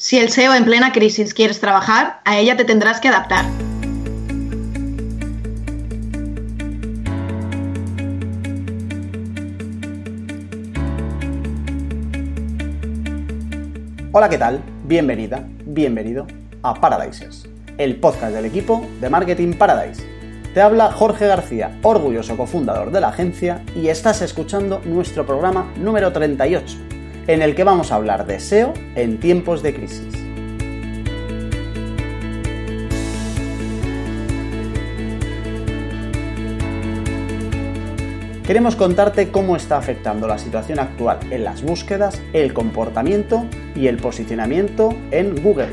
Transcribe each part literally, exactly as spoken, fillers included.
Si el S E O en plena crisis quieres trabajar, a ella te tendrás que adaptar. Hola, ¿qué tal? Bienvenida, bienvenido a Paradisers, el podcast del equipo de Marketing Paradise. Te habla Jorge García, orgulloso cofundador de la agencia, y estás escuchando nuestro programa número treinta y ocho, en el que vamos a hablar de S E O en tiempos de crisis. Queremos contarte cómo está afectando la situación actual en las búsquedas, el comportamiento y el posicionamiento en Google.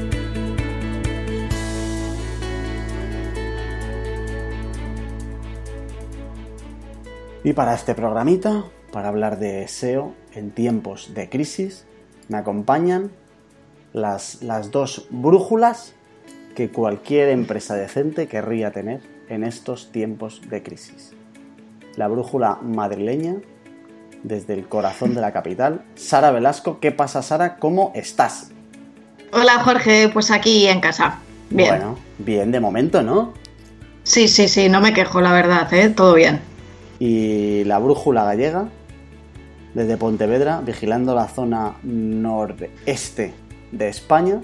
Y para este programita, para hablar de S E O en tiempos de crisis, me acompañan las, las dos brújulas que cualquier empresa decente querría tener en estos tiempos de crisis. La brújula madrileña, desde el corazón de la capital, Sara Velasco. ¿Qué pasa, Sara? ¿Cómo estás? Hola, Jorge, pues aquí en casa. Bien. Bueno, bien de momento, ¿no? Sí, sí, sí, no me quejo, la verdad, ¿eh? Todo bien. Y la brújula gallega, desde Pontevedra, vigilando la zona noreste de España,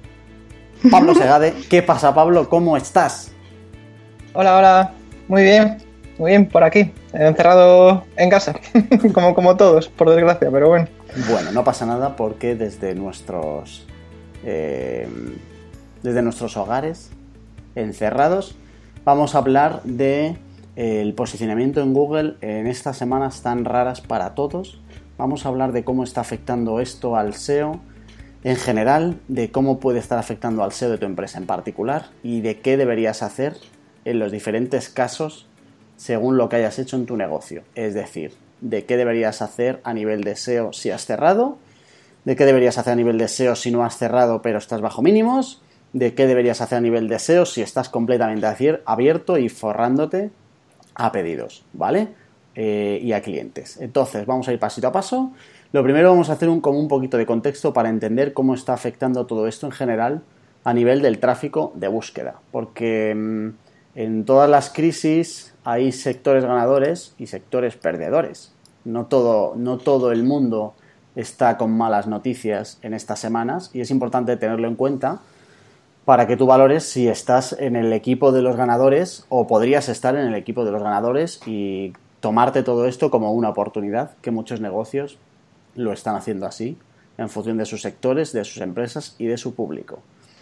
Pablo Segade. ¿Qué pasa, Pablo? ¿Cómo estás? Hola, hola. Muy bien, muy bien, por aquí, encerrado en casa, como, como todos, por desgracia, pero bueno. Bueno, no pasa nada porque desde nuestros, eh, desde nuestros hogares, encerrados, vamos a hablar de el posicionamiento en Google en estas semanas tan raras para todos. Vamos a hablar de cómo está afectando esto al S E O en general, de cómo puede estar afectando al S E O de tu empresa en particular y de qué deberías hacer en los diferentes casos según lo que hayas hecho en tu negocio. Es decir, de qué deberías hacer a nivel de S E O si has cerrado, de qué deberías hacer a nivel de S E O si no has cerrado pero estás bajo mínimos, de qué deberías hacer a nivel de S E O si estás completamente abierto y forrándote a pedidos, ¿vale? Eh, y a clientes. Entonces, vamos a ir pasito a paso. Lo primero, vamos a hacer un, como un poquito de contexto para entender cómo está afectando todo esto en general a nivel del tráfico de búsqueda. Porque mmm, en todas las crisis hay sectores ganadores y sectores perdedores. No todo, no todo el mundo está con malas noticias en estas semanas y es importante tenerlo en cuenta para que tú valores si estás en el equipo de los ganadores o podrías estar en el equipo de los ganadores y tomarte todo esto como una oportunidad, que muchos negocios lo están haciendo así, en función de sus sectores, de sus empresas y de su público.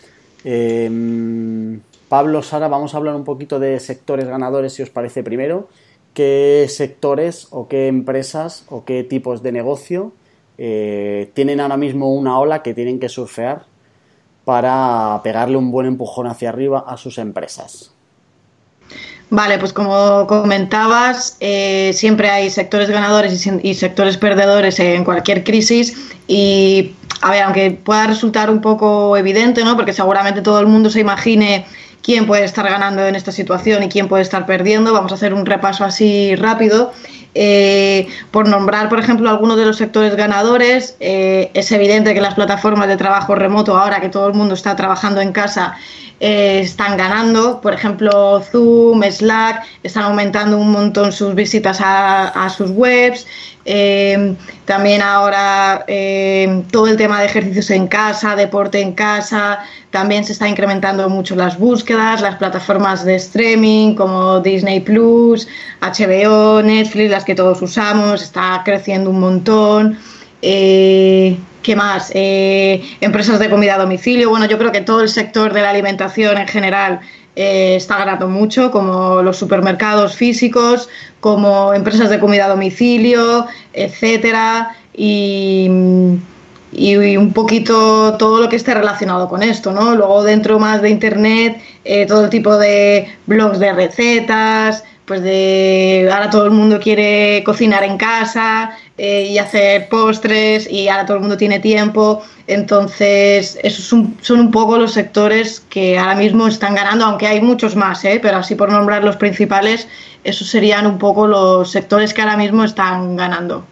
Eh, Pablo, Sara, vamos a hablar un poquito de sectores ganadores, si os parece primero. ¿Qué sectores o qué empresas o qué tipos de negocio eh, tienen ahora mismo una ola que tienen que surfear para pegarle un buen empujón hacia arriba a sus empresas? Vale, pues como comentabas, eh, siempre hay sectores ganadores y, y sectores perdedores en cualquier crisis y, a ver, aunque pueda resultar un poco evidente, ¿no? Porque seguramente todo el mundo se imagine quién puede estar ganando en esta situación y quién puede estar perdiendo, vamos a hacer un repaso así rápido. Eh, por nombrar, por ejemplo, algunos de los sectores ganadores, eh, es evidente que las plataformas de trabajo remoto, ahora que todo el mundo está trabajando en casa, eh, están ganando. Por ejemplo, Zoom, Slack, están aumentando un montón sus visitas a, a sus webs. Eh, también ahora eh, todo el tema de ejercicios en casa, deporte en casa, también se está incrementando mucho las búsquedas, las plataformas de streaming como Disney Plus, H B O, Netflix, las que todos usamos, está creciendo un montón. Eh, ¿Qué más? Eh, empresas de comida a domicilio. Bueno, yo creo que todo el sector de la alimentación en general eh, está ganando mucho, como los supermercados físicos, como empresas de comida a domicilio, etcétera, y, y un poquito todo lo que esté relacionado con esto, ¿no? Luego, dentro más de internet, eh, todo tipo de blogs de recetas, pues de ahora todo el mundo quiere cocinar en casa eh, y hacer postres y ahora todo el mundo tiene tiempo. Entonces, esos son, son un poco los sectores que ahora mismo están ganando, aunque hay muchos más, ¿eh? Pero así por nombrar los principales, esos serían un poco los sectores que ahora mismo están ganando.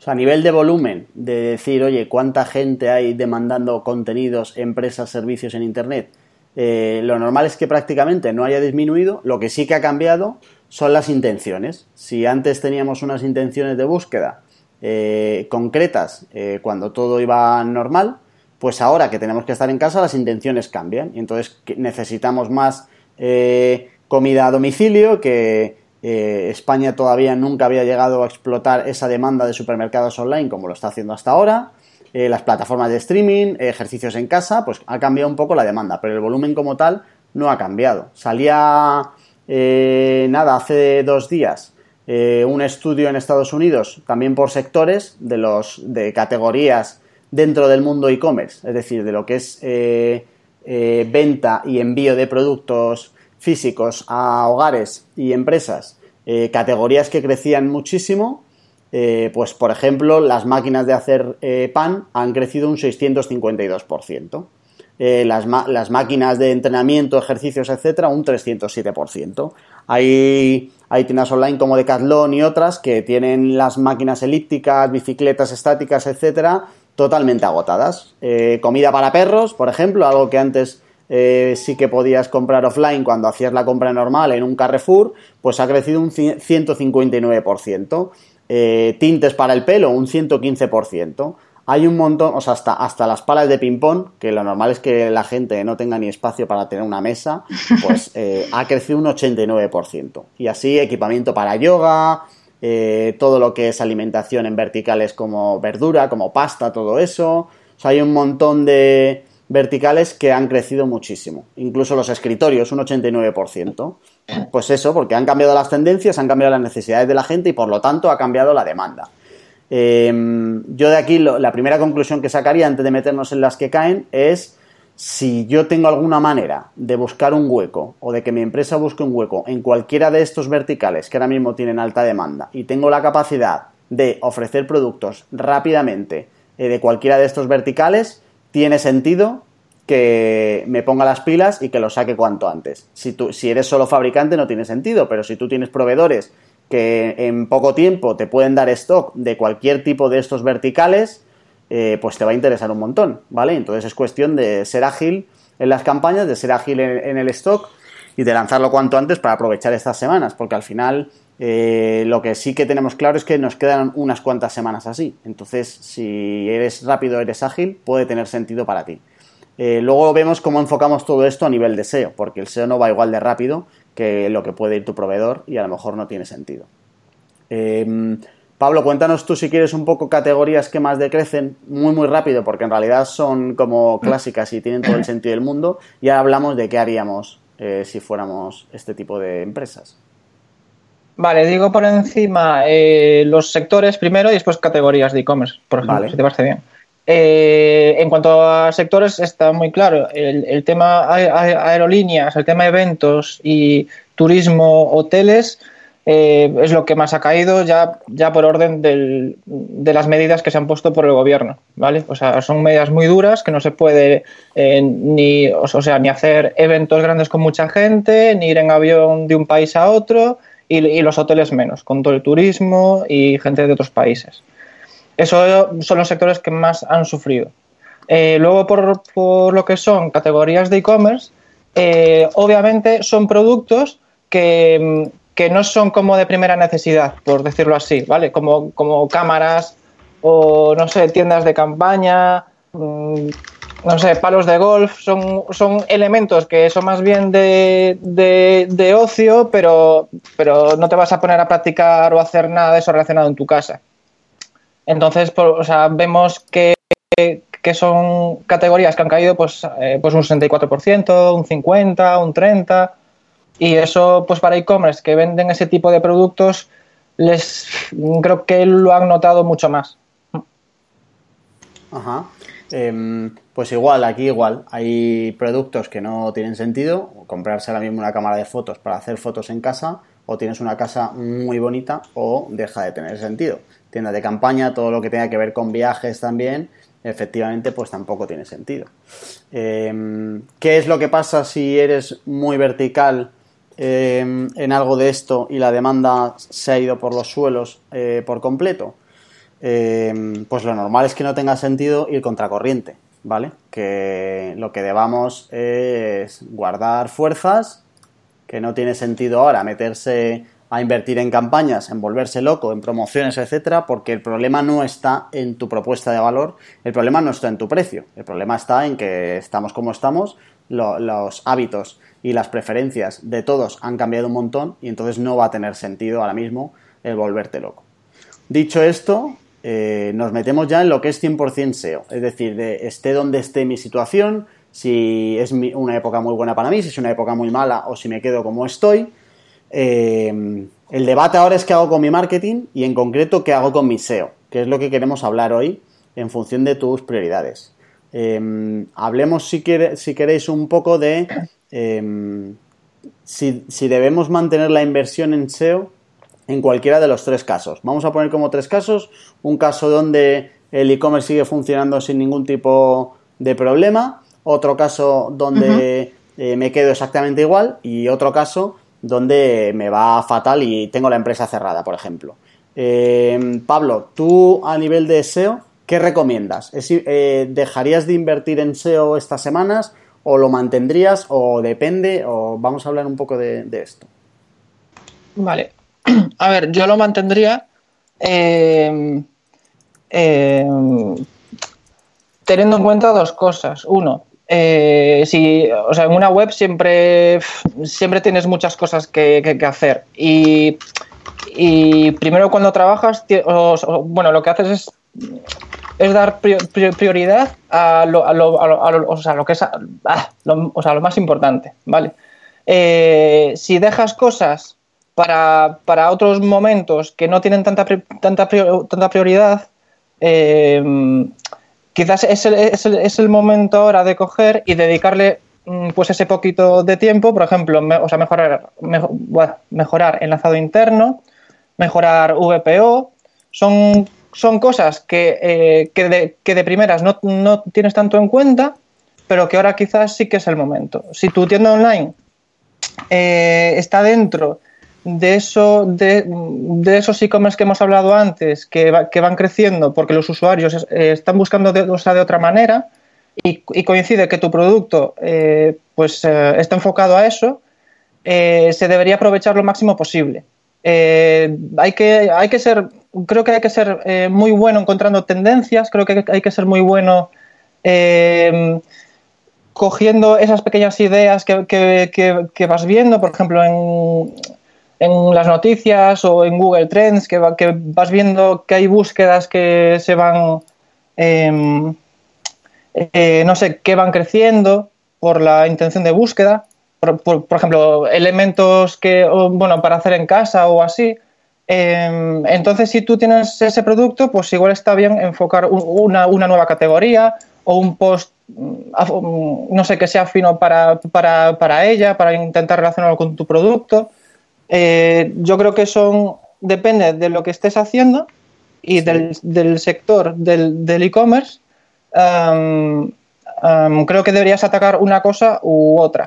O sea, a nivel de volumen, de decir, oye, ¿cuánta gente hay demandando contenidos, empresas, servicios en Internet? Eh, lo normal es que prácticamente no haya disminuido. Lo que sí que ha cambiado son las intenciones. Si antes teníamos unas intenciones de búsqueda eh, concretas eh, cuando todo iba normal, pues ahora que tenemos que estar en casa las intenciones cambian y entonces necesitamos más eh, comida a domicilio, que eh, España todavía nunca había llegado a explotar esa demanda de supermercados online como lo está haciendo hasta ahora. Eh, las plataformas de streaming, eh, ejercicios en casa, pues ha cambiado un poco la demanda, pero el volumen como tal no ha cambiado. Salía, eh, nada, hace dos días eh, un estudio en Estados Unidos, también por sectores, de, los, de categorías dentro del mundo e-commerce, es decir, de lo que es eh, eh, venta y envío de productos físicos a hogares y empresas, eh, categorías que crecían muchísimo. Eh, pues, por ejemplo, las máquinas de hacer eh, pan han crecido un seiscientos cincuenta y dos por ciento. Eh, las, las máquinas de entrenamiento, ejercicios, etcétera, un trescientos siete por ciento. Hay, hay tiendas online como Decathlon y otras que tienen las máquinas elípticas, bicicletas estáticas, etcétera, totalmente agotadas. Eh, comida para perros, por ejemplo, algo que antes eh, sí que podías comprar offline cuando hacías la compra normal en un Carrefour, pues ha crecido un ciento cincuenta y nueve por ciento. Eh, tintes para el pelo, un ciento quince por ciento. Hay un montón, o sea, hasta, hasta las palas de ping-pong, que lo normal es que la gente no tenga ni espacio para tener una mesa, pues eh, ha crecido un ochenta y nueve por ciento. Y así, equipamiento para yoga, eh, todo lo que es alimentación en verticales como verdura, como pasta, todo eso. O sea, hay un montón de verticales que han crecido muchísimo. Incluso los escritorios, un ochenta y nueve por ciento. Pues eso, porque han cambiado las tendencias, han cambiado las necesidades de la gente y por lo tanto ha cambiado la demanda. Eh, yo de aquí lo, la primera conclusión que sacaría antes de meternos en las que caen es: si yo tengo alguna manera de buscar un hueco o de que mi empresa busque un hueco en cualquiera de estos verticales que ahora mismo tienen alta demanda y tengo la capacidad de ofrecer productos rápidamente eh, de cualquiera de estos verticales, tiene sentido que me ponga las pilas y que lo saque cuanto antes. Si, tú, si eres solo fabricante no tiene sentido, pero si tú tienes proveedores que en poco tiempo te pueden dar stock de cualquier tipo de estos verticales, eh, pues te va a interesar un montón, ¿vale? Entonces es cuestión de ser ágil en las campañas, de ser ágil en, en el stock y de lanzarlo cuanto antes para aprovechar estas semanas, porque al final eh, lo que sí que tenemos claro es que nos quedan unas cuantas semanas así. Entonces, si eres rápido, eres ágil, puede tener sentido para ti. Eh, luego vemos cómo enfocamos todo esto a nivel de S E O, porque el S E O no va igual de rápido que lo que puede ir tu proveedor y a lo mejor no tiene sentido. Eh, Pablo, cuéntanos tú si quieres un poco categorías que más decrecen muy muy rápido, porque en realidad son como clásicas y tienen todo el sentido del mundo, y ahora hablamos de qué haríamos eh, si fuéramos este tipo de empresas. Vale, digo por encima eh, los sectores primero y después categorías de e-commerce, por ejemplo, vale, si te parece bien. Eh, en cuanto a sectores está muy claro, el, el tema aerolíneas, el tema eventos y turismo, hoteles, eh, es lo que más ha caído ya, ya por orden del, de las medidas que se han puesto por el gobierno, ¿vale? O sea, son medidas muy duras que no se puede eh, ni, o sea, ni hacer eventos grandes con mucha gente, ni ir en avión de un país a otro, y, y los hoteles menos, con todo el turismo y gente de otros países. Esos son los sectores que más han sufrido. Eh, luego, por, por lo que son categorías de e-commerce, eh, obviamente son productos que, que no son como de primera necesidad, por decirlo así, ¿vale? Como, como cámaras o, no sé, tiendas de campaña, mmm, no sé, palos de golf, son, son elementos que son más bien de, de, de ocio, pero, pero no te vas a poner a practicar o a hacer nada de eso relacionado en tu casa. Entonces, por, o sea, vemos que, que son categorías que han caído pues, eh, pues un sesenta y cuatro por ciento, un cincuenta por ciento, un treinta por ciento, y eso pues para e-commerce que venden ese tipo de productos, les creo que lo han notado mucho más. Ajá. Eh, pues igual, aquí igual, hay productos que no tienen sentido, comprarse ahora mismo una cámara de fotos para hacer fotos en casa, o tienes una casa muy bonita o deja de tener sentido. Tiendas de campaña, todo lo que tenga que ver con viajes también, efectivamente pues tampoco tiene sentido. Eh, ¿Qué es lo que pasa si eres muy vertical eh, en algo de esto y la demanda se ha ido por los suelos eh, por completo? eh, pues lo normal es que no tenga sentido ir contracorriente, ¿vale? Que lo que debamos es guardar fuerzas, que no tiene sentido ahora meterse a invertir en campañas, en volverse loco, en promociones, etcétera, porque el problema no está en tu propuesta de valor, el problema no está en tu precio, el problema está en que estamos como estamos, lo, los hábitos y las preferencias de todos han cambiado un montón y entonces no va a tener sentido ahora mismo el volverte loco. Dicho esto, eh, nos metemos ya en lo que es cien por ciento S E O, es decir, de esté donde esté mi situación, si es mi, una época muy buena para mí, si es una época muy mala o si me quedo como estoy. Eh, el debate ahora es qué hago con mi marketing y en concreto qué hago con mi S E O, que es lo que queremos hablar hoy en función de tus prioridades. Eh, hablemos si, quiere, si queréis un poco de eh, si, si debemos mantener la inversión en S E O en cualquiera de los tres casos. Vamos a poner como tres casos, un caso donde el e-commerce sigue funcionando sin ningún tipo de problema, otro caso donde uh-huh. eh, me quedo exactamente igual y otro caso donde me va fatal y tengo la empresa cerrada, por ejemplo. Eh, Pablo, tú a nivel de S E O, ¿qué recomiendas? ¿Es, eh, ¿Dejarías de invertir en S E O estas semanas o lo mantendrías o depende? O vamos a hablar un poco de, de esto. Vale. A ver, yo lo mantendría eh, eh, teniendo en cuenta dos cosas. Uno, Eh, si, o sea, en una web siempre, siempre tienes muchas cosas que, que, que hacer y, y primero cuando trabajas, o, o, bueno, lo que haces es, es dar prioridad a lo, a lo, a lo, a lo, o sea, lo que es, a, lo, o sea, lo más importante, ¿vale? Eh, si dejas cosas para, para otros momentos que no tienen tanta, tanta, tanta prioridad, eh, quizás es el, es, el, es el momento ahora de coger y dedicarle pues ese poquito de tiempo, por ejemplo, me, o sea, mejorar, mejor, bueno, mejorar enlazado interno, mejorar V P O, son, son cosas que, eh, que, de, que de primeras no, no tienes tanto en cuenta, pero que ahora quizás sí que es el momento. Si tu tienda online eh, está dentro de eso de, de esos e-commerce que hemos hablado antes, que, va, que van creciendo porque los usuarios eh, están buscando de, o sea, de otra manera y, y coincide que tu producto eh, pues eh, está enfocado a eso, eh, se debería aprovechar lo máximo posible. Eh, hay que, hay que ser, creo que hay que ser eh, muy bueno encontrando tendencias, creo que hay que ser muy bueno eh, cogiendo esas pequeñas ideas que, que, que, que vas viendo, por ejemplo, en en las noticias o en Google Trends, que, va, que vas viendo que hay búsquedas que se van, eh, eh, no sé, que van creciendo por la intención de búsqueda. Por, por, por ejemplo, elementos que, o, bueno, para hacer en casa o así. Eh, entonces, si tú tienes ese producto, pues igual está bien enfocar un, una, una nueva categoría o un post, no sé, que sea fino para, para, para ella, para intentar relacionarlo con tu producto. Eh, yo creo que son depende de lo que estés haciendo y sí. del, del sector del, del e-commerce. Um, um, creo que deberías atacar una cosa u otra.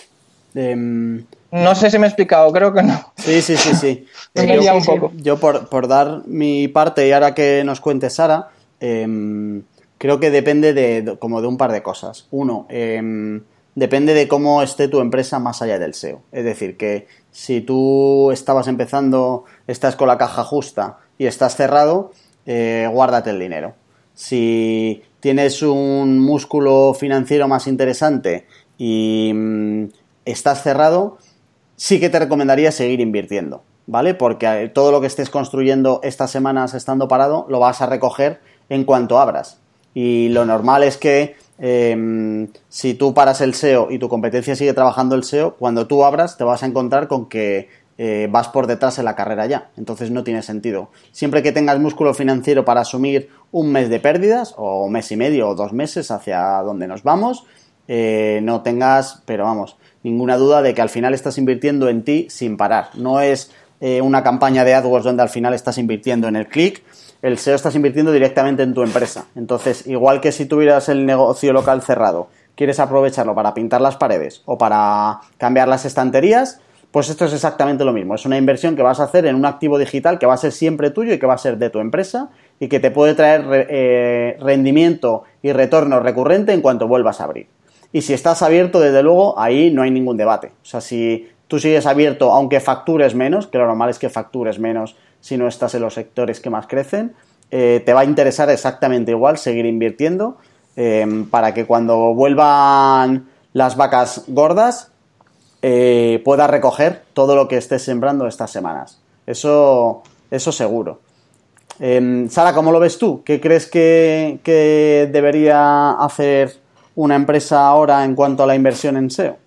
Um, no sé si me he explicado, creo que no. Sí, sí, sí, sí. me yo, un poco. yo por, por dar mi parte y ahora que nos cuente Sara, eh, creo que depende de, de como de un par de cosas. Uno, eh, depende de cómo esté tu empresa más allá del S E O. Es decir, que si tú estabas empezando, estás con la caja justa y estás cerrado, eh, guárdate el dinero. Si tienes un músculo financiero más interesante y mmm, estás cerrado, sí que te recomendaría seguir invirtiendo, ¿vale? Porque todo lo que estés construyendo estas semanas estando parado lo vas a recoger en cuanto abras. Y lo normal es que Eh, si tú paras el S E O y tu competencia sigue trabajando el S E O, cuando tú abras te vas a encontrar con que eh, vas por detrás en la carrera ya, entonces no tiene sentido. Siempre que tengas músculo financiero para asumir un mes de pérdidas o un mes y medio o dos meses hacia donde nos vamos, eh, no tengas, pero vamos, ninguna duda de que al final estás invirtiendo en ti sin parar. No es eh, una campaña de AdWords donde al final estás invirtiendo en el clic. El S E O estás invirtiendo directamente en tu empresa. Entonces, igual que si tuvieras el negocio local cerrado, quieres aprovecharlo para pintar las paredes o para cambiar las estanterías, pues esto es exactamente lo mismo. Es una inversión que vas a hacer en un activo digital que va a ser siempre tuyo y que va a ser de tu empresa y que te puede traer eh, rendimiento y retorno recurrente en cuanto vuelvas a abrir. Y si estás abierto, desde luego, ahí no hay ningún debate. O sea, si tú sigues abierto, aunque factures menos, que lo normal es que factures menos si no estás en los sectores que más crecen, eh, te va a interesar exactamente igual seguir invirtiendo eh, para que cuando vuelvan las vacas gordas eh, puedas recoger todo lo que estés sembrando estas semanas. Eso, eso seguro. Eh, Sara, ¿cómo lo ves tú? ¿Qué crees que, que debería hacer una empresa ahora en cuanto a la inversión en S E O?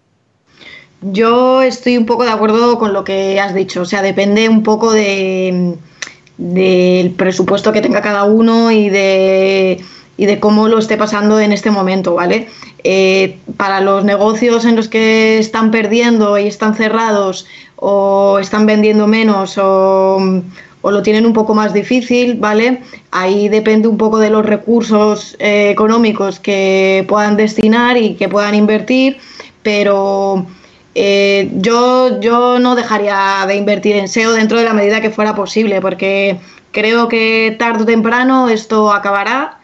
Yo estoy un poco de acuerdo con lo que has dicho, o sea, depende un poco de del presupuesto que tenga cada uno y de, y de cómo lo esté pasando en este momento, ¿vale? Eh, para los negocios en los que están perdiendo y están cerrados o están vendiendo menos o, o lo tienen un poco más difícil, ¿vale? Ahí depende un poco de los recursos eh, económicos que puedan destinar y que puedan invertir, pero eh, yo, yo no dejaría de invertir en S E O dentro de la medida que fuera posible, porque creo que tarde o temprano esto acabará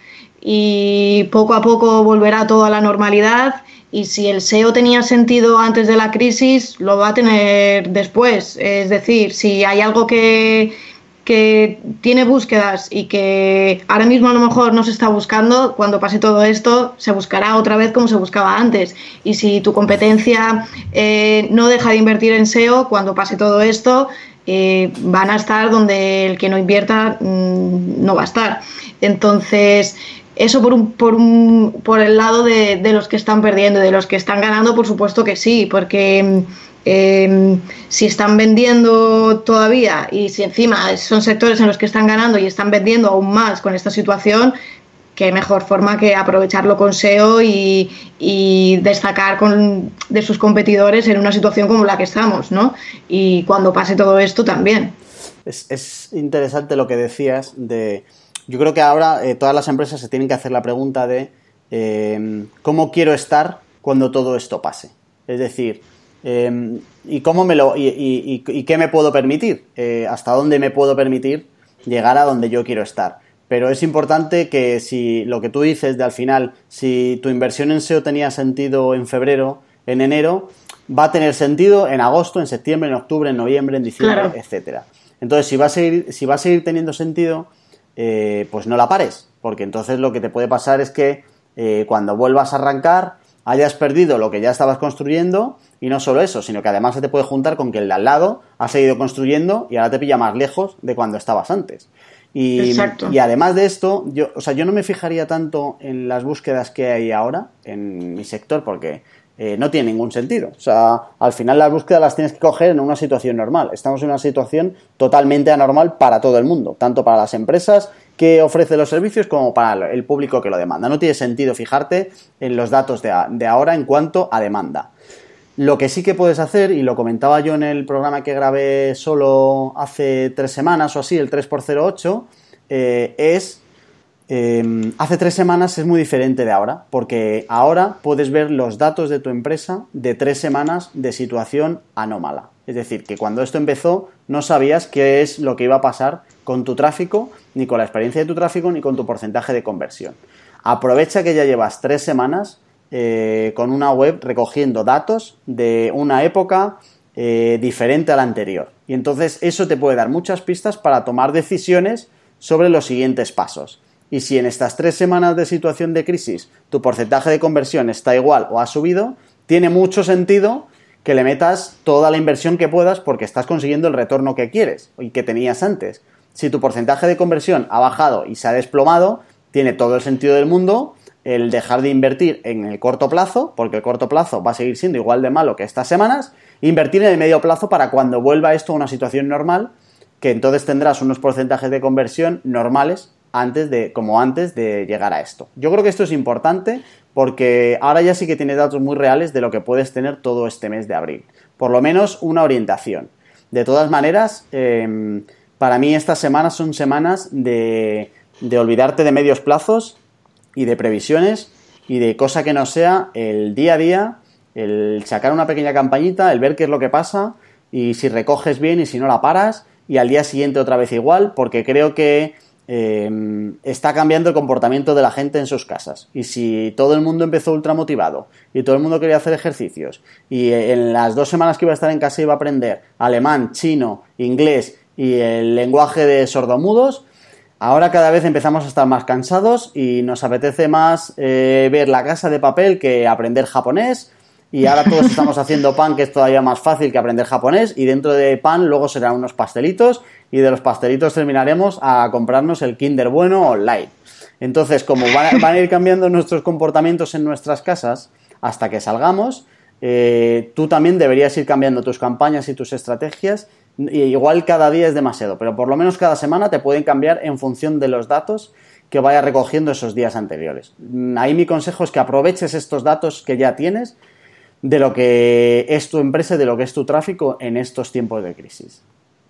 y poco a poco volverá todo a la normalidad. Y si el S E O tenía sentido antes de la crisis, lo va a tener después. Es decir, si hay algo que, que tiene búsquedas y que ahora mismo a lo mejor no se está buscando, cuando pase todo esto se buscará otra vez como se buscaba antes. Y si tu competencia eh, no deja de invertir en S E O, cuando pase todo esto, eh, van a estar donde el que no invierta mmm, no va a estar. Entonces, eso por un, por un, por el lado de, de los que están perdiendo. De los que están ganando, por supuesto que sí, porque eh, si están vendiendo todavía y si encima son sectores en los que están ganando y están vendiendo aún más con esta situación, qué mejor forma que aprovecharlo con S E O y, y destacar con, de sus competidores en una situación como la que estamos, ¿no? Y cuando pase todo esto también. Es, es interesante lo que decías de... Yo creo que ahora eh, todas las empresas se tienen que hacer la pregunta de eh, ¿cómo quiero estar cuando todo esto pase? Es decir, eh, ¿y cómo me lo y, y, y, y qué me puedo permitir? Eh, ¿Hasta dónde me puedo permitir llegar a donde yo quiero estar? Pero es importante que si lo que tú dices de al final, si tu inversión en S E O tenía sentido en febrero, en enero, va a tener sentido en agosto, en septiembre, en octubre, en noviembre, en diciembre, claro, etcétera. Entonces, si va a seguir, si va a seguir teniendo sentido, Eh, pues no la pares, porque entonces lo que te puede pasar es que eh, cuando vuelvas a arrancar hayas perdido lo que ya estabas construyendo, y no solo eso, sino que además se te puede juntar con que el de al lado ha seguido construyendo y ahora te pilla más lejos de cuando estabas antes. Y, y además de esto, yo, o sea, yo no me fijaría tanto en las búsquedas que hay ahora en mi sector, porque eh, no tiene ningún sentido. O sea, al final las búsquedas las tienes que coger en una situación normal. Estamos en una situación totalmente anormal para todo el mundo, tanto para las empresas que ofrecen los servicios como para el público que lo demanda. No tiene sentido fijarte en los datos de, a, de ahora en cuanto a demanda. Lo que sí que puedes hacer, y lo comentaba yo en el programa que grabé solo hace tres semanas o así, el tres por cero ocho, eh, es... Eh, hace tres semanas es muy diferente de ahora, porque ahora puedes ver los datos de tu empresa de tres semanas de situación anómala. Es decir, que cuando esto empezó no sabías qué es lo que iba a pasar con tu tráfico, ni con la experiencia de tu tráfico, ni con tu porcentaje de conversión. Aprovecha que ya llevas tres semanas eh, con una web recogiendo datos de una época eh, diferente a la anterior. Y entonces eso te puede dar muchas pistas para tomar decisiones sobre los siguientes pasos. Y si en estas tres semanas de situación de crisis tu porcentaje de conversión está igual o ha subido, tiene mucho sentido que le metas toda la inversión que puedas porque estás consiguiendo el retorno que quieres y que tenías antes. Si tu porcentaje de conversión ha bajado y se ha desplomado, tiene todo el sentido del mundo el dejar de invertir en el corto plazo, porque el corto plazo va a seguir siendo igual de malo que estas semanas, e invertir en el medio plazo para cuando vuelva esto a una situación normal, que entonces tendrás unos porcentajes de conversión normales antes de, como antes de llegar a esto. Yo creo que esto es importante porque ahora ya sí que tienes datos muy reales de lo que puedes tener todo este mes de abril. Por lo menos una orientación. De todas maneras, eh, para mí estas semanas son semanas de, de olvidarte de medios plazos y de previsiones y de cosa que no sea el día a día, el sacar una pequeña campañita, el ver qué es lo que pasa y si recoges bien y si no la paras y al día siguiente otra vez igual, porque creo que eh, está cambiando el comportamiento de la gente en sus casas. Y si todo el mundo empezó ultra motivado y todo el mundo quería hacer ejercicios y en las dos semanas que iba a estar en casa iba a aprender alemán, chino, inglés y el lenguaje de sordomudos, ahora cada vez empezamos a estar más cansados y nos apetece más eh, ver La Casa de Papel que aprender japonés. Y ahora todos estamos haciendo pan, que es todavía más fácil que aprender japonés, y dentro de pan luego serán unos pastelitos, y de los pastelitos terminaremos a comprarnos el Kinder Bueno online. Entonces, como van, van a ir cambiando nuestros comportamientos en nuestras casas hasta que salgamos, eh, tú también deberías ir cambiando tus campañas y tus estrategias. Y igual cada día es demasiado, pero por lo menos cada semana te pueden cambiar en función de los datos que vayas recogiendo esos días anteriores. Ahí mi consejo es que aproveches estos datos que ya tienes de lo que es tu empresa y de lo que es tu tráfico en estos tiempos de crisis.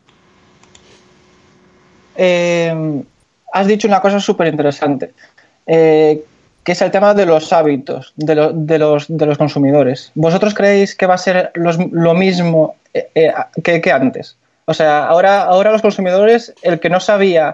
Eh, has dicho una cosa súper interesante, eh, que es el tema de los hábitos de, lo, de, los, de los consumidores. ¿Vosotros creéis que va a ser los, lo mismo eh, eh, que, que antes? O sea, ahora, ahora los consumidores, el que no sabía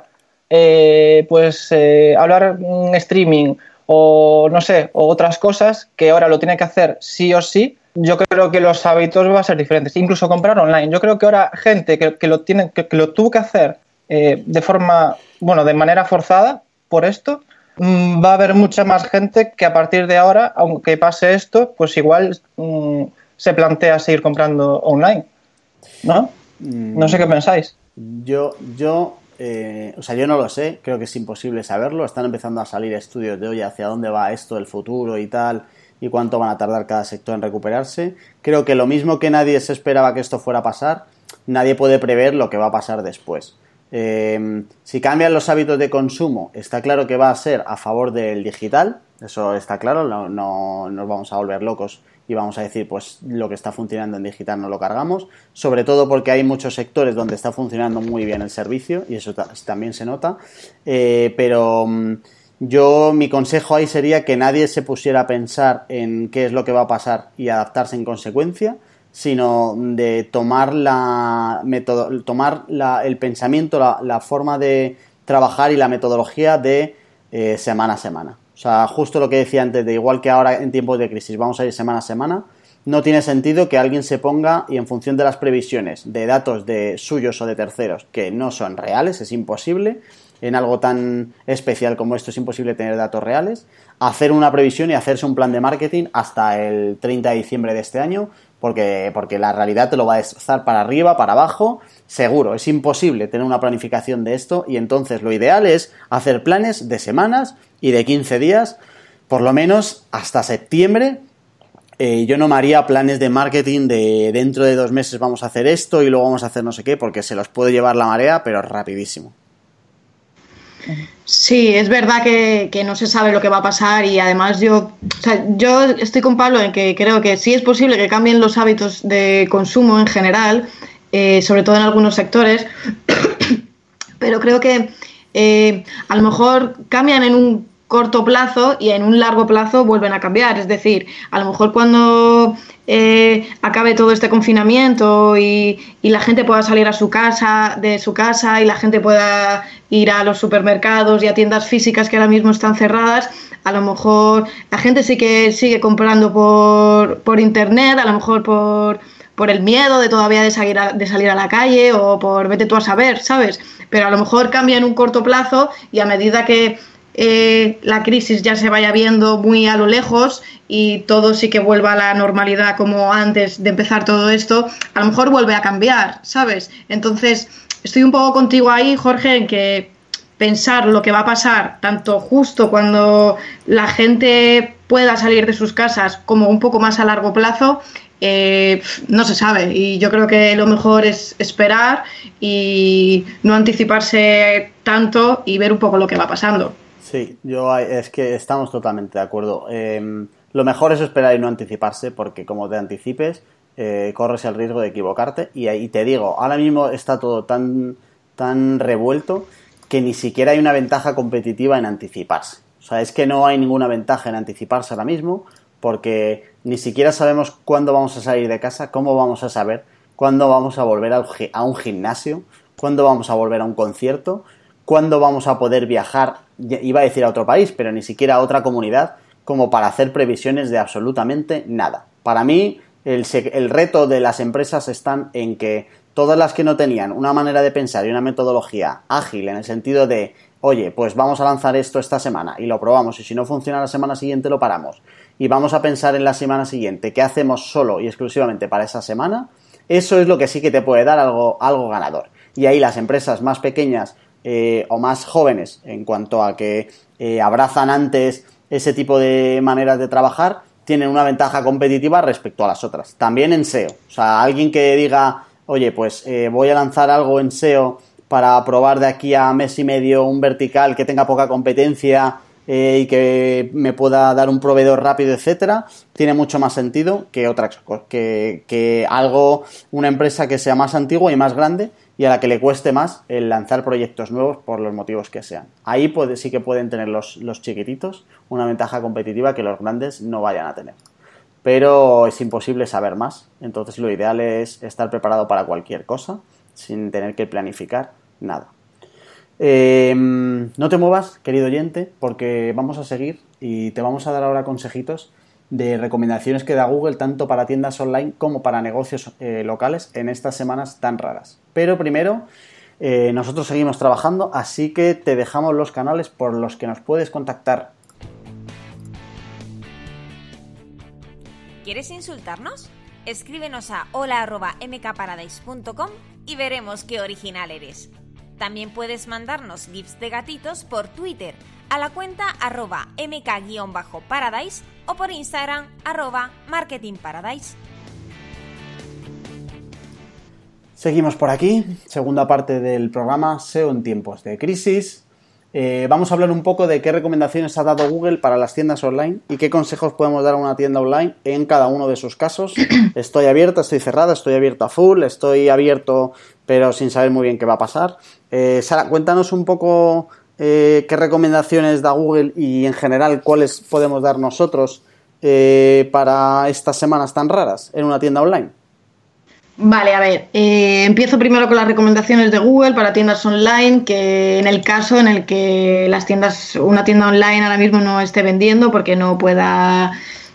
eh, pues eh, hablar en streaming o no sé, o otras cosas que ahora lo tiene que hacer sí o sí, yo creo que los hábitos van a ser diferentes. Incluso comprar online. Yo creo que ahora gente que, que, lo, tiene, que, que lo tuvo que hacer eh, de forma, bueno, de manera forzada por esto, mmm, va a haber mucha más gente que a partir de ahora, aunque pase esto, pues igual mmm, se plantea seguir comprando online, ¿no? No sé qué pensáis. Yo, yo... Eh, o sea, yo no lo sé, creo que es imposible saberlo. Están empezando a salir estudios de, oye, hacia dónde va esto, el futuro y tal, y cuánto van a tardar cada sector en recuperarse. Creo que lo mismo que nadie se esperaba que esto fuera a pasar, nadie puede prever lo que va a pasar después. Eh, si cambian los hábitos de consumo, está claro que va a ser a favor del digital, eso está claro, no, no nos vamos a volver locos y vamos a decir, pues lo que está funcionando en digital no lo cargamos, sobre todo porque hay muchos sectores donde está funcionando muy bien el servicio y eso ta- también se nota, eh, pero mmm, yo mi consejo ahí sería que nadie se pusiera a pensar en qué es lo que va a pasar y adaptarse en consecuencia, sino de tomar la metodo- tomar la, el pensamiento, la, la forma de trabajar y la metodología de eh, semana a semana. O sea, justo lo que decía antes, de igual que ahora en tiempos de crisis vamos a ir semana a semana, no tiene sentido que alguien se ponga y en función de las previsiones de datos de suyos o de terceros que no son reales, es imposible, en algo tan especial como esto es imposible tener datos reales, hacer una previsión y hacerse un plan de marketing hasta el treinta de diciembre de este año, porque, porque la realidad te lo va a destrozar para arriba, para abajo, seguro, es imposible tener una planificación de esto y entonces lo ideal es hacer planes de semanas y de quince días, por lo menos hasta septiembre. Eh, yo no me haría planes de marketing de dentro de dos meses vamos a hacer esto y luego vamos a hacer no sé qué, porque se los puede llevar la marea, pero rapidísimo. Sí, es verdad que, que no se sabe lo que va a pasar y además yo, o sea, yo estoy con Pablo en que creo que sí es posible que cambien los hábitos de consumo en general, eh, sobre todo en algunos sectores, pero creo que eh, a lo mejor cambian en un corto plazo y en un largo plazo vuelven a cambiar. Es decir, a lo mejor cuando eh, acabe todo este confinamiento y, y la gente pueda salir a su casa, de su casa y la gente pueda ir a los supermercados y a tiendas físicas que ahora mismo están cerradas, a lo mejor la gente sí que sigue comprando por, por internet, a lo mejor por, por el miedo de todavía de salir, a, de salir a la calle o por vete tú a saber, ¿sabes? Pero a lo mejor cambia en un corto plazo y a medida que Eh, la crisis ya se vaya viendo muy a lo lejos y todo sí que vuelva a la normalidad como antes de empezar todo esto, a lo mejor vuelve a cambiar, ¿sabes? Entonces estoy un poco contigo ahí, Jorge, en que pensar lo que va a pasar tanto justo cuando la gente pueda salir de sus casas como un poco más a largo plazo, eh, no se sabe, y yo creo que lo mejor es esperar y no anticiparse tanto y ver un poco lo que va pasando. Sí, yo es que estamos totalmente de acuerdo. Eh, lo mejor es esperar y no anticiparse, porque como te anticipes, eh, corres el riesgo de equivocarte. Y ahí te digo, ahora mismo está todo tan, tan revuelto que ni siquiera hay una ventaja competitiva en anticiparse. O sea, es que no hay ninguna ventaja en anticiparse ahora mismo, porque ni siquiera sabemos cuándo vamos a salir de casa, cómo vamos a saber cuándo vamos a volver a un gimnasio, cuándo vamos a volver a un concierto. ¿cuándo vamos a poder viajar? Iba a decir a otro país, pero ni siquiera a otra comunidad, como para hacer previsiones de absolutamente nada. Para mí, el, el reto de las empresas están en que todas las que no tenían una manera de pensar y una metodología ágil en el sentido de, oye, pues vamos a lanzar esto esta semana y lo probamos, y si no funciona la semana siguiente lo paramos, y vamos a pensar en la semana siguiente qué hacemos solo y exclusivamente para esa semana, eso es lo que sí que te puede dar algo, algo ganador. Y ahí las empresas más pequeñas eh, o más jóvenes, en cuanto a que eh, abrazan antes ese tipo de maneras de trabajar, tienen una ventaja competitiva respecto a las otras. También en S E O. O sea, alguien que diga, oye, pues eh, voy a lanzar algo en S E O para probar de aquí a mes y medio un vertical que tenga poca competencia eh, y que me pueda dar un proveedor rápido, etcétera, tiene mucho más sentido que otra que, que algo, una empresa que sea más antigua y más grande y a la que le cueste más el lanzar proyectos nuevos por los motivos que sean. Ahí puede, sí que pueden tener los, los chiquititos una ventaja competitiva que los grandes no vayan a tener. Pero es imposible saber más, entonces lo ideal es estar preparado para cualquier cosa sin tener que planificar nada. Eh, no te muevas, querido oyente, porque vamos a seguir y te vamos a dar ahora consejitos de recomendaciones que da Google tanto para tiendas online como para negocios eh, locales en estas semanas tan raras. Pero primero, eh, nosotros seguimos trabajando, así que te dejamos los canales por los que nos puedes contactar. ¿Quieres insultarnos? Escríbenos a hola arroba m k paradise punto com y veremos qué original eres. También puedes mandarnos gifs de gatitos por Twitter a la cuenta arroba mk-paradise o por Instagram arroba marketingparadise. Seguimos por aquí, segunda parte del programa S E O en tiempos de crisis. Eh, vamos a hablar un poco de qué recomendaciones ha dado Google para las tiendas online y qué consejos podemos dar a una tienda online en cada uno de sus casos. Estoy abierta, estoy cerrada, estoy abierto a full, estoy abierto pero sin saber muy bien qué va a pasar. Eh, Sara, cuéntanos un poco eh, qué recomendaciones da Google y en general cuáles podemos dar nosotros eh, para estas semanas tan raras en una tienda online. Vale, a ver, eh, empiezo primero con las recomendaciones de Google para tiendas online, que en el caso en el que las tiendas, una tienda online ahora mismo no esté vendiendo porque no pueda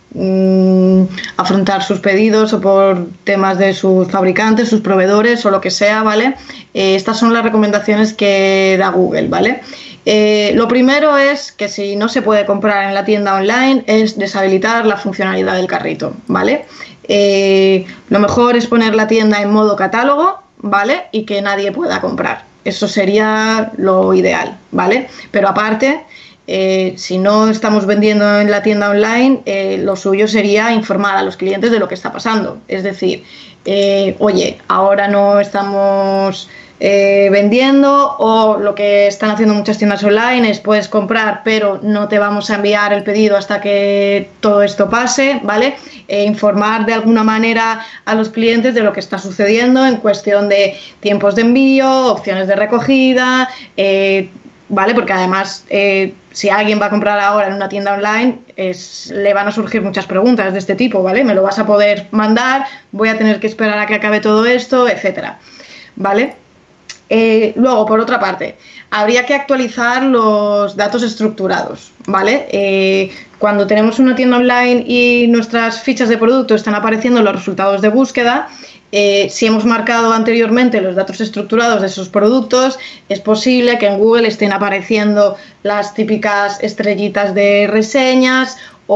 mmm, afrontar sus pedidos o por temas de sus fabricantes, sus proveedores o lo que sea, ¿vale? Eh, estas son las recomendaciones que da Google, ¿vale? Eh, lo primero es que si no se puede comprar en la tienda online es deshabilitar la funcionalidad del carrito, ¿vale? Eh, lo mejor es poner la tienda en modo catálogo, ¿vale? Y que nadie pueda comprar. Eso sería lo ideal, ¿vale? Pero aparte, eh, si no estamos vendiendo en la tienda online, eh, lo suyo sería informar a los clientes de lo que está pasando. Es decir, eh, oye, ahora no estamos eh, vendiendo, o lo que están haciendo muchas tiendas online es puedes comprar, pero no te vamos a enviar el pedido hasta que todo esto pase, ¿vale? E informar de alguna manera a los clientes de lo que está sucediendo en cuestión de tiempos de envío, opciones de recogida, eh, ¿vale? Porque además, eh, si alguien va a comprar ahora en una tienda online, es, le van a surgir muchas preguntas de este tipo, ¿vale? ¿Me lo vas a poder mandar? ¿Voy a tener que esperar a que acabe todo esto? Etcétera, ¿vale? Eh, luego, por otra parte, habría que actualizar los datos estructurados, ¿vale? Eh, cuando tenemos una tienda online y nuestras fichas de producto están apareciendo en los resultados de búsqueda, eh, si hemos marcado anteriormente los datos estructurados de esos productos, es posible que en Google estén apareciendo las típicas estrellitas de reseñas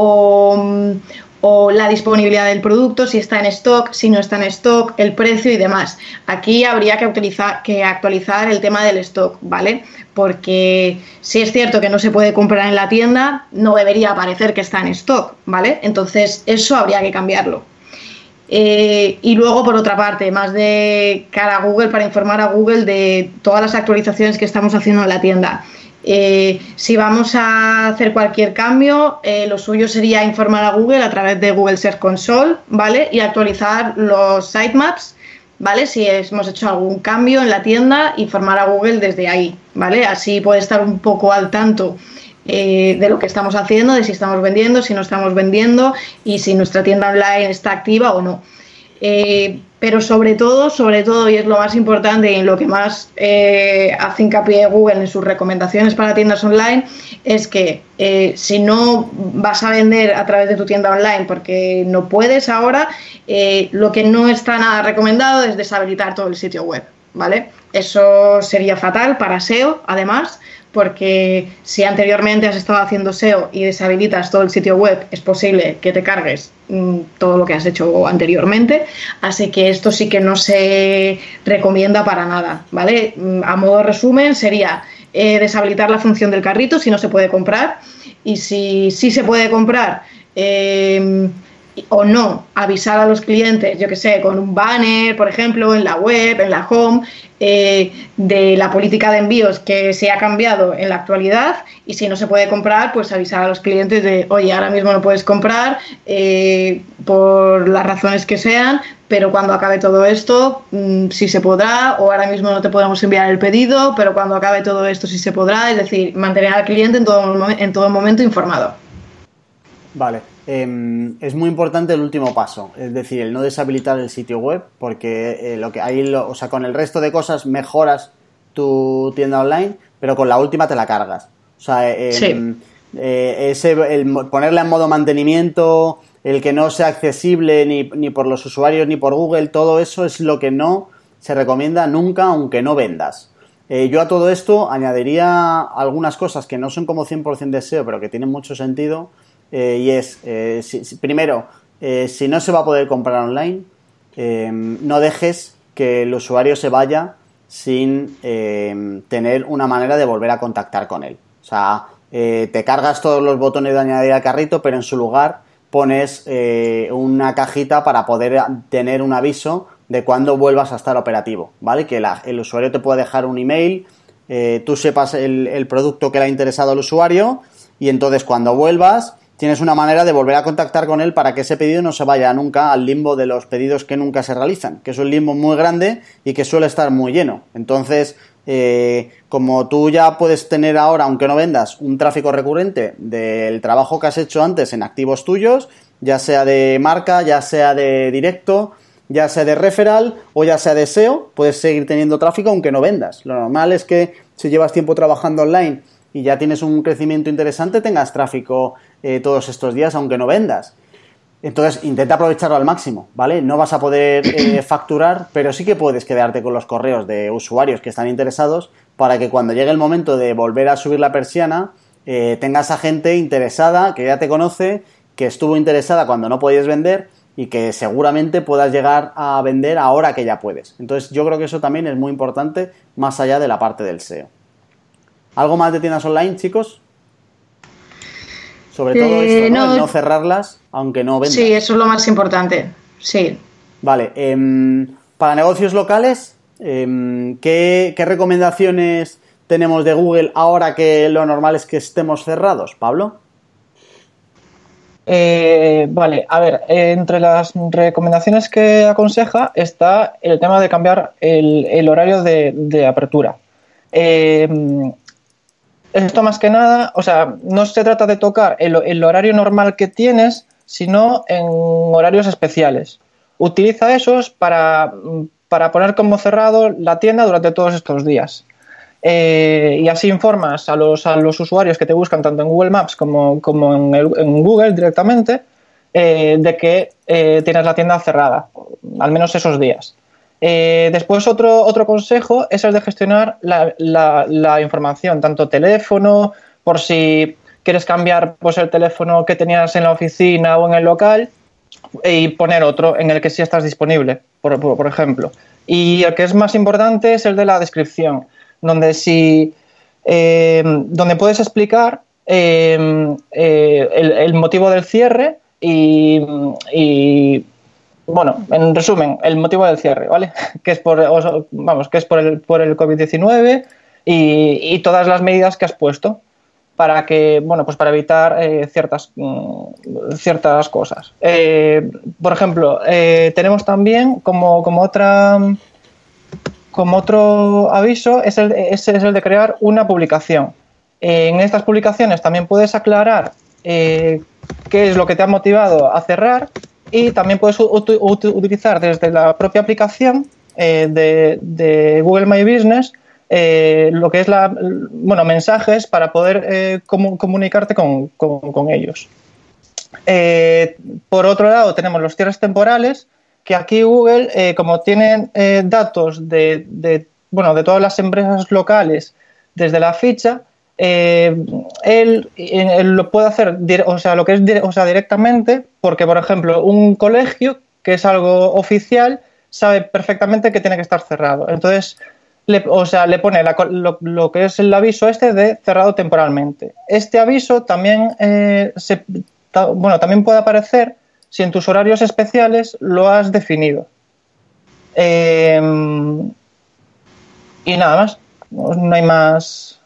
o, o la disponibilidad del producto, si está en stock, si no está en stock, el precio y demás. Aquí habría que, utilizar, que actualizar el tema del stock, ¿vale? Porque si es cierto que no se puede comprar en la tienda, no debería aparecer que está en stock, ¿vale? Entonces eso habría que cambiarlo. Eh, y luego, por otra parte, más de cara a Google, para informar a Google de todas las actualizaciones que estamos haciendo en la tienda. Eh, si vamos a hacer cualquier cambio, eh, lo suyo sería informar a Google a través de Google Search Console, ¿vale? Y actualizar los sitemaps, ¿vale? Si hemos hecho algún cambio en la tienda, informar a Google desde ahí, ¿vale? Así puede estar un poco al tanto eh, de lo que estamos haciendo, de si estamos vendiendo, si no estamos vendiendo y si nuestra tienda online está activa o no. Eh, pero sobre todo, sobre todo, y es lo más importante y en lo que más eh, hace hincapié Google en sus recomendaciones para tiendas online, es que eh, si no vas a vender a través de tu tienda online porque no puedes ahora, eh, lo que no está nada recomendado es deshabilitar todo el sitio web, ¿vale? Eso sería fatal para S E O, además, porque si anteriormente has estado haciendo S E O y deshabilitas todo el sitio web, es posible que te cargues mmm, todo lo que has hecho anteriormente, así que esto sí que no se recomienda para nada, ¿vale? A modo de resumen sería eh, deshabilitar la función del carrito si no se puede comprar, y si sí se puede comprar eh, o no, avisar a los clientes, yo que sé, con un banner, por ejemplo, en la web, en la home, eh, de la política de envíos que se ha cambiado en la actualidad, y si no se puede comprar, pues avisar a los clientes de, oye, ahora mismo no puedes comprar eh, por las razones que sean, pero cuando acabe todo esto mmm, sí se podrá, o ahora mismo no te podemos enviar el pedido, pero cuando acabe todo esto sí se podrá, es decir, mantener al cliente en todo, en todo momento informado. Vale. Eh, es muy importante el último paso, es decir, el no deshabilitar el sitio web, porque eh, lo que hay, lo, o sea, con el resto de cosas mejoras tu tienda online, pero con la última te la cargas. O sea, eh, sí. eh, ese, el ponerla en modo mantenimiento, el que no sea accesible ni, ni por los usuarios ni por Google, todo eso es lo que no se recomienda nunca, aunque no vendas. Eh, yo a todo esto añadiría algunas cosas que no son como cien por ciento de S E O, pero que tienen mucho sentido. Eh, y es, eh, si, si, primero, eh, si no se va a poder comprar online, eh, no dejes que el usuario se vaya sin eh, tener una manera de volver a contactar con él. O sea, eh, te cargas todos los botones de añadir al carrito, pero en su lugar pones eh, una cajita para poder tener un aviso de cuando vuelvas a estar operativo, ¿vale? Que la, el usuario te pueda dejar un email, eh, tú sepas el, el producto que le ha interesado al usuario, y entonces cuando vuelvas tienes una manera de volver a contactar con él para que ese pedido no se vaya nunca al limbo de los pedidos que nunca se realizan, que es un limbo muy grande y que suele estar muy lleno. Entonces, eh, como tú ya puedes tener ahora, aunque no vendas, un tráfico recurrente del trabajo que has hecho antes en activos tuyos, ya sea de marca, ya sea de directo, ya sea de referral o ya sea de S E O, puedes seguir teniendo tráfico aunque no vendas. Lo normal es que si llevas tiempo trabajando online y ya tienes un crecimiento interesante, tengas tráfico eh, todos estos días, aunque no vendas. Entonces, intenta aprovecharlo al máximo, ¿vale? No vas a poder eh, facturar, pero sí que puedes quedarte con los correos de usuarios que están interesados para que cuando llegue el momento de volver a subir la persiana, eh, tengas a gente interesada, que ya te conoce, que estuvo interesada cuando no podías vender y que seguramente puedas llegar a vender ahora que ya puedes. Entonces, yo creo que eso también es muy importante, más allá de la parte del S E O. ¿Algo más de tiendas online, chicos? Sobre todo eh, esto, ¿no? No, no cerrarlas, aunque no vendas. Sí, eso es lo más importante, sí. Vale, eh, para negocios locales, eh, ¿qué, ¿qué recomendaciones tenemos de Google ahora que lo normal es que estemos cerrados, Pablo? Eh, vale, a ver, eh, entre las recomendaciones que aconseja está el tema de cambiar el, el horario de, de apertura. Eh, Esto más que nada, o sea, no se trata de tocar el, el horario normal que tienes, sino en horarios especiales. Utiliza esos para, para poner como cerrado la tienda durante todos estos días. Eh, y así informas a los, a los usuarios que te buscan tanto en Google Maps como, como en, el, en Google directamente eh, de que eh, tienes la tienda cerrada, al menos esos días. Eh, después otro, otro consejo es el de gestionar la, la, la información, tanto teléfono, por si quieres cambiar pues, el teléfono que tenías en la oficina o en el local y poner otro en el que sí estás disponible, por, por, por ejemplo. Y el que es más importante es el de la descripción, donde, si, eh, donde puedes explicar eh, eh, el, el motivo del cierre y... y bueno, en resumen, el motivo del cierre, ¿vale? Que es por, vamos, que es por el, por el covid diecinueve y, y todas las medidas que has puesto para que, bueno, pues para evitar eh, ciertas, mm, ciertas cosas. Eh, por ejemplo, eh, tenemos también como, como otra, como otro aviso es el, es, es el de crear una publicación. Eh, en estas publicaciones también puedes aclarar eh, qué es lo que te ha motivado a cerrar. y también puedes ut- ut- utilizar desde la propia aplicación eh, de, de Google My Business eh, lo que es la, bueno, mensajes para poder eh, comu- comunicarte con, con, con ellos. Eh, por otro lado, tenemos los cierres temporales, que aquí Google, eh, como tienen eh, datos de, de, bueno, de todas las empresas locales desde la ficha, eh, él, él lo puede hacer, o sea, lo que es o sea, directamente, porque, por ejemplo, un colegio, que es algo oficial, sabe perfectamente que tiene que estar cerrado. Entonces, le, o sea, le pone la, lo, lo que es el aviso este de cerrado temporalmente. Este aviso también eh, se... Bueno, también puede aparecer si en tus horarios especiales lo has definido. Eh, y nada más, no hay más.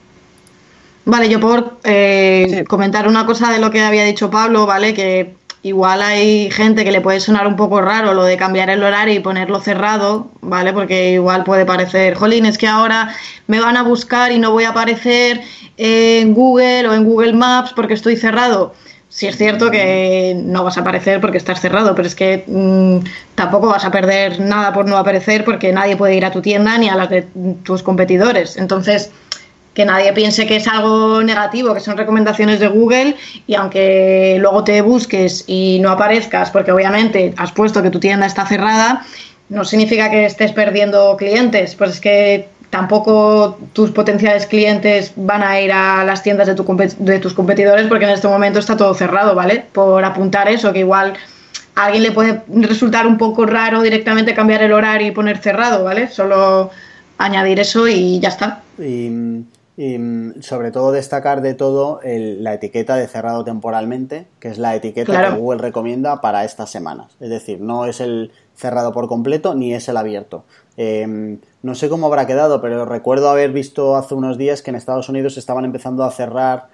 Vale, yo por eh, Sí. comentar una cosa de lo que había dicho Pablo, ¿vale? Que igual hay gente que le puede sonar un poco raro lo de cambiar el horario y ponerlo cerrado, ¿vale? Porque igual puede parecer, jolín, es que ahora me van a buscar y no voy a aparecer en Google o en Google Maps porque estoy cerrado. Sí es cierto que no vas a aparecer porque estás cerrado, pero es que mmm, tampoco vas a perder nada por no aparecer porque nadie puede ir a tu tienda ni a las de tus competidores. Entonces, que nadie piense que es algo negativo, que son recomendaciones de Google y aunque luego te busques y no aparezcas porque obviamente has puesto que tu tienda está cerrada, no significa que estés perdiendo clientes, pues es que tampoco tus potenciales clientes van a ir a las tiendas de, tu, de tus competidores porque en este momento está todo cerrado, ¿vale? Por apuntar eso, que igual a alguien le puede resultar un poco raro directamente cambiar el horario y poner cerrado, ¿vale? Solo añadir eso y ya está. Y, y sobre todo destacar de todo el, la etiqueta de cerrado temporalmente, que es la etiqueta claro. que Google recomienda para estas semanas. Es decir, no es el cerrado por completo ni es el abierto. Eh, no sé cómo habrá quedado, pero recuerdo haber visto hace unos días que en Estados Unidos estaban empezando a cerrar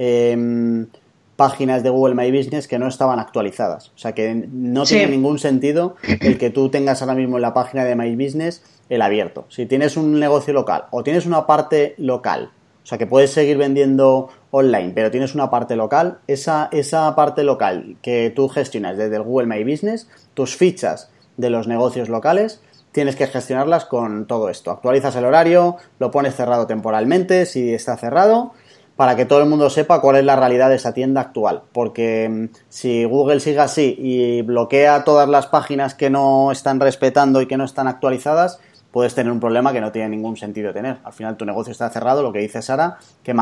eh, páginas de Google My Business que no estaban actualizadas. O sea que no sí. tiene ningún sentido el que tú tengas ahora mismo en la página de My Business el abierto. Si tienes un negocio local o tienes una parte local, o sea que puedes seguir vendiendo online, pero tienes una parte local, esa, esa parte local que tú gestionas desde el Google My Business, tus fichas de los negocios locales, tienes que gestionarlas con todo esto. Actualizas el horario, lo pones cerrado temporalmente, si está cerrado, para que todo el mundo sepa cuál es la realidad de esa tienda actual. Porque si Google sigue así y bloquea todas las páginas que no están respetando y que no están actualizadas, puedes tener un problema que no tiene ningún sentido tener. Al final tu negocio está cerrado, lo que dice Sara, que